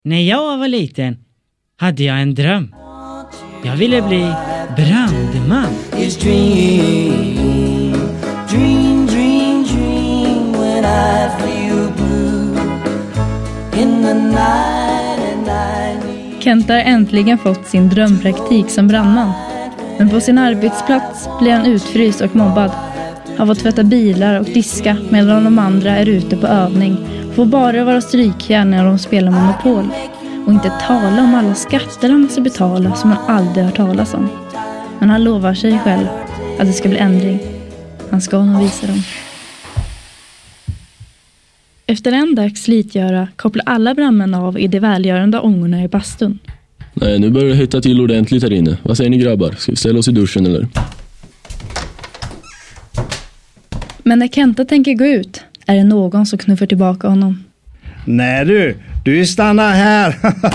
När jag var liten hade jag en dröm. Jag ville bli brandman. Kenta har äntligen fått sin drömpraktik som brandman. Men på sin arbetsplats blir han utfryst och mobbad. Han får tvätta bilar och diska medan de andra är ute på övning. Får bara vara strykjärn när de spelar Monopol. Och inte tala om alla skatter han måste betala som han aldrig har talas om. Men han lovar sig själv att det ska bli ändring. Han ska nog visa dem. Efter en dags slitgöra kopplar alla brandmän av i de välgörande ångorna i bastun. Nej, nu börjar det hitta till ordentligt här inne. Vad säger ni grabbar? Ska vi ställa oss i duschen eller? Men när Kenta tänker gå ut är det någon som knuffar tillbaka honom. Nej du stannar här.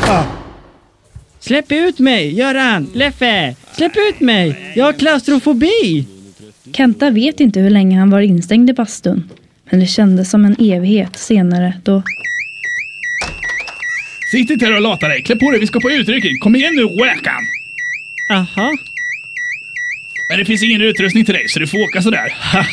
Släpp ut mig, Göran, Leffe. Släpp ut mig, jag har klaustrofobi. Kenta vet inte hur länge han var instängd i bastun. Men det kändes som en evighet senare då... Sitt inte här och lata dig, klä på dig, vi ska på utryckning. Kom igen nu, räkan. Aha. Men det finns ingen utrustning till dig så du får åka sådär.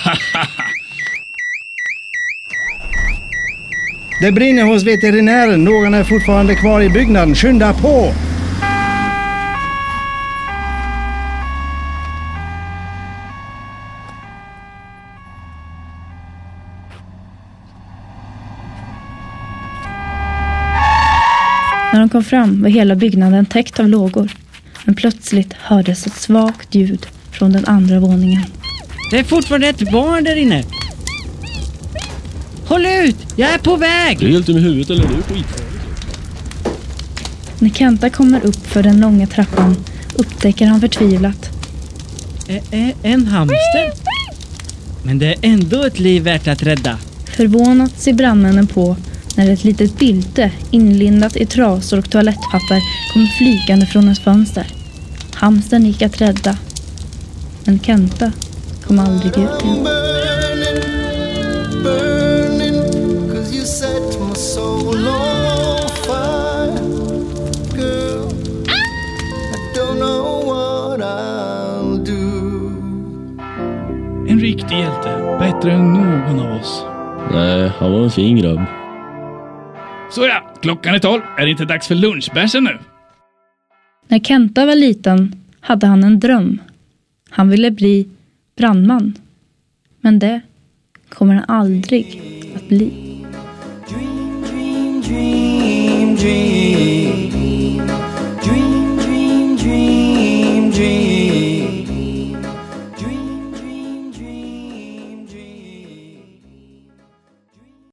Det brinner hos veterinären. Någon är fortfarande kvar i byggnaden. Skynda på! När de kom fram var hela byggnaden täckt av lågor. Men plötsligt hördes ett svagt ljud från den andra våningen. Det är fortfarande ett barn där inne. Håll ut, jag är på väg. Du är helt i huvudet eller du skit. När Kenta kommer upp för den långa trappan upptäcker han förtvivlat. En hamster? Men det är ändå ett liv värt att rädda. Förvånat ser brandmännen på när ett litet bylte inlindat i trasor och toalettpapper kommer flygande från ett fönster. Hamstern gick att rädda. Men Kenta kom aldrig ut igen. En riktig hjälte, bättre än någon av oss. Nej, han var en fin grabb. Så ja, klockan är 12. Är det inte dags för lunchbärsen nu? När Kenta var liten hade han en dröm. Han ville bli brandman. Men det kommer han aldrig att bli. Dream.